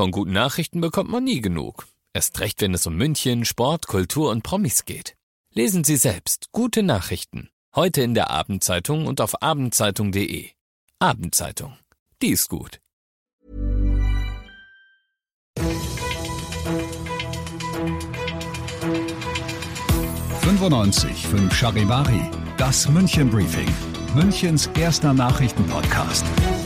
Von guten Nachrichten bekommt man nie genug. Erst recht, wenn es um München, Sport, Kultur und Promis geht. Lesen Sie selbst gute Nachrichten. Heute in der Abendzeitung und auf abendzeitung.de. Abendzeitung. Die ist gut. 95.5 Charivari, das München Briefing, Münchens erster Nachrichtenpodcast.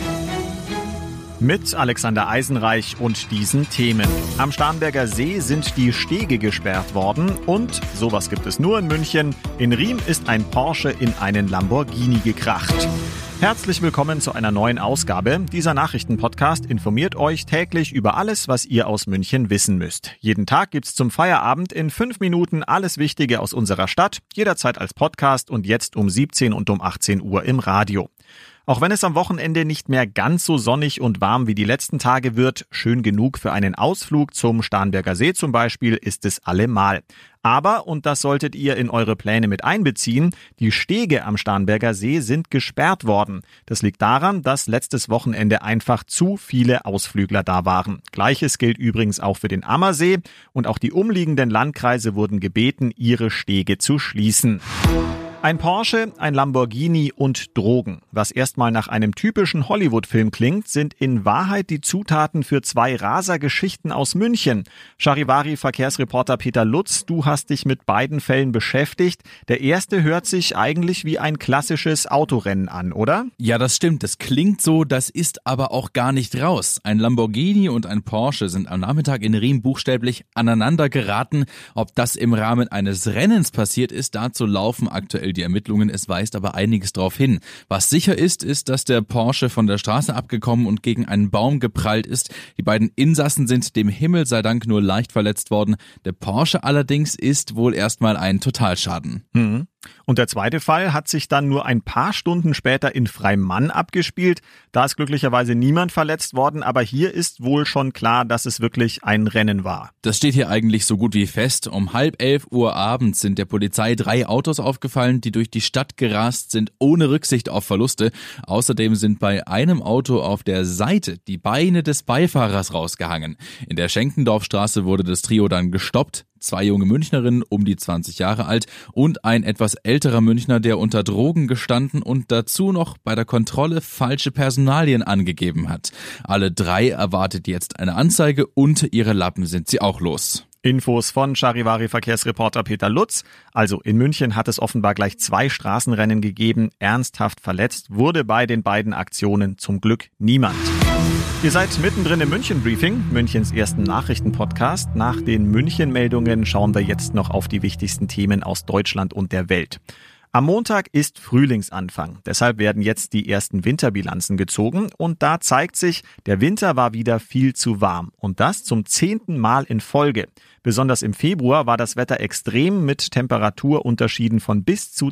Mit Alexander Eisenreich und diesen Themen. Am Starnberger See sind die Stege gesperrt worden und, sowas gibt es nur in München, in Riem ist ein Porsche in einen Lamborghini gekracht. Herzlich willkommen zu einer neuen Ausgabe. Dieser Nachrichtenpodcast informiert euch täglich über alles, was ihr aus München wissen müsst. Jeden Tag gibt's zum Feierabend in 5 Minuten alles Wichtige aus unserer Stadt, jederzeit als Podcast und jetzt um 17 und um 18 Uhr im Radio. Auch wenn es am Wochenende nicht mehr ganz so sonnig und warm wie die letzten Tage wird, schön genug für einen Ausflug zum Starnberger See zum Beispiel ist es allemal. Aber, und das solltet ihr in eure Pläne mit einbeziehen, die Stege am Starnberger See sind gesperrt worden. Das liegt daran, dass letztes Wochenende einfach zu viele Ausflügler da waren. Gleiches gilt übrigens auch für den Ammersee und auch die umliegenden Landkreise wurden gebeten, ihre Stege zu schließen. Ein Porsche, ein Lamborghini und Drogen. Was erstmal nach einem typischen Hollywood-Film klingt, sind in Wahrheit die Zutaten für 2 Rasergeschichten aus München. Charivari-Verkehrsreporter Peter Lutz, du hast dich mit beiden Fällen beschäftigt. Der erste hört sich eigentlich wie ein klassisches Autorennen an, oder? Ja, das stimmt. Das klingt so, das ist aber auch gar nicht raus. Ein Lamborghini und ein Porsche sind am Nachmittag in Riem buchstäblich aneinander geraten. Ob das im Rahmen eines Rennens passiert ist, dazu laufen aktuell die Ermittlungen, es weist aber einiges darauf hin. Was sicher ist, dass der Porsche von der Straße abgekommen und gegen einen Baum geprallt ist. Die beiden Insassen sind dem Himmel sei Dank nur leicht verletzt worden. Der Porsche allerdings ist wohl erstmal ein Totalschaden. Und der zweite Fall hat sich dann nur ein paar Stunden später in Freimann abgespielt. Da ist glücklicherweise niemand verletzt worden, aber hier ist wohl schon klar, dass es wirklich ein Rennen war. Das steht hier eigentlich so gut wie fest. Um 10:30 Uhr abends sind der Polizei 3 Autos aufgefallen, die durch die Stadt gerast sind, ohne Rücksicht auf Verluste. Außerdem sind bei einem Auto auf der Seite die Beine des Beifahrers rausgehangen. In der Schenkendorfstraße wurde das Trio dann gestoppt. 2 junge Münchnerinnen, um die 20 Jahre alt, und ein etwas älterer Münchner, der unter Drogen gestanden und dazu noch bei der Kontrolle falsche Personalien angegeben hat. Alle 3 erwartet jetzt eine Anzeige und ihre Lappen sind sie auch los. Infos von Charivari-Verkehrsreporter Peter Lutz. Also in München hat es offenbar gleich 2 Straßenrennen gegeben. Ernsthaft verletzt wurde bei den beiden Aktionen zum Glück niemand. Ihr seid mittendrin im München-Briefing, Münchens ersten Nachrichtenpodcast. Nach den München-Meldungen schauen wir jetzt noch auf die wichtigsten Themen aus Deutschland und der Welt. Am Montag ist Frühlingsanfang. Deshalb werden jetzt die ersten Winterbilanzen gezogen. Und da zeigt sich, der Winter war wieder viel zu warm. Und das zum 10. Mal in Folge. Besonders im Februar war das Wetter extrem mit Temperaturunterschieden von bis zu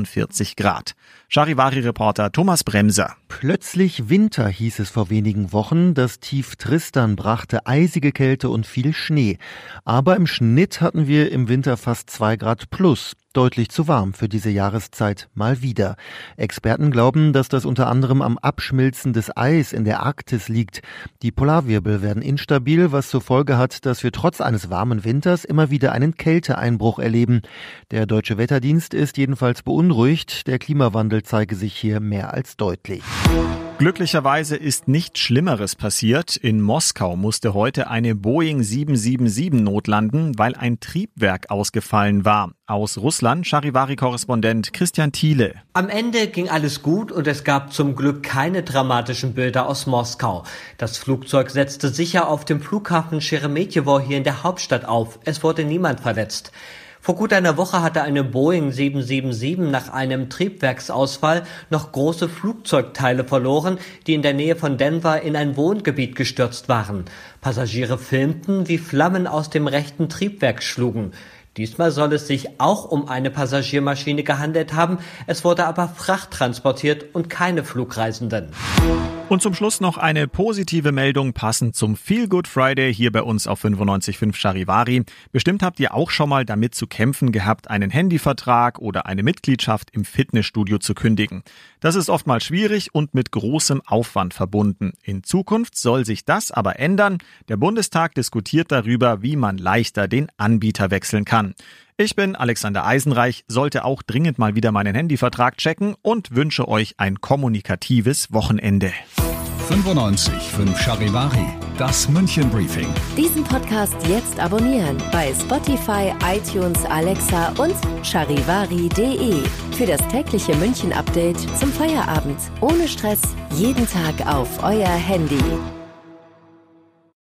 42 Grad. Charivari-Reporter Thomas Bremser. Plötzlich Winter, hieß es vor wenigen Wochen. Das Tief Tristan brachte eisige Kälte und viel Schnee. Aber im Schnitt hatten wir im Winter fast 2 Grad plus. Deutlich zu warm für diese Jahreszeit mal wieder. Experten glauben, dass das unter anderem am Abschmilzen des Eis in der Arktis liegt. Die Polarwirbel werden instabil, was zur Folge hat, dass wir trotz eines warmen Winters immer wieder einen Kälteeinbruch erleben. Der Deutsche Wetterdienst ist jedenfalls beunruhigt. Der Klimawandel zeige sich hier mehr als deutlich. Glücklicherweise ist nichts Schlimmeres passiert. In Moskau musste heute eine Boeing 777 notlanden, weil ein Triebwerk ausgefallen war. Aus Russland Charivari-Korrespondent Christian Thiele. Am Ende ging alles gut und es gab zum Glück keine dramatischen Bilder aus Moskau. Das Flugzeug setzte sicher auf dem Flughafen Scheremetjewo hier in der Hauptstadt auf. Es wurde niemand verletzt. Vor gut einer Woche hatte eine Boeing 777 nach einem Triebwerksausfall noch große Flugzeugteile verloren, die in der Nähe von Denver in ein Wohngebiet gestürzt waren. Passagiere filmten, wie Flammen aus dem rechten Triebwerk schlugen. Diesmal soll es sich auch um eine Passagiermaschine gehandelt haben. Es wurde aber Fracht transportiert und keine Flugreisenden. Und zum Schluss noch eine positive Meldung passend zum Feel Good Friday hier bei uns auf 95.5 Charivari. Bestimmt habt ihr auch schon mal damit zu kämpfen gehabt, einen Handyvertrag oder eine Mitgliedschaft im Fitnessstudio zu kündigen. Das ist oftmals schwierig und mit großem Aufwand verbunden. In Zukunft soll sich das aber ändern. Der Bundestag diskutiert darüber, wie man leichter den Anbieter wechseln kann. Ich bin Alexander Eisenreich, sollte auch dringend mal wieder meinen Handyvertrag checken und wünsche euch ein kommunikatives Wochenende. 95.5 Charivari, das München Briefing. Diesen Podcast jetzt abonnieren bei Spotify, iTunes, Alexa und charivari.de. Für das tägliche München-Update zum Feierabend. Ohne Stress, jeden Tag auf euer Handy.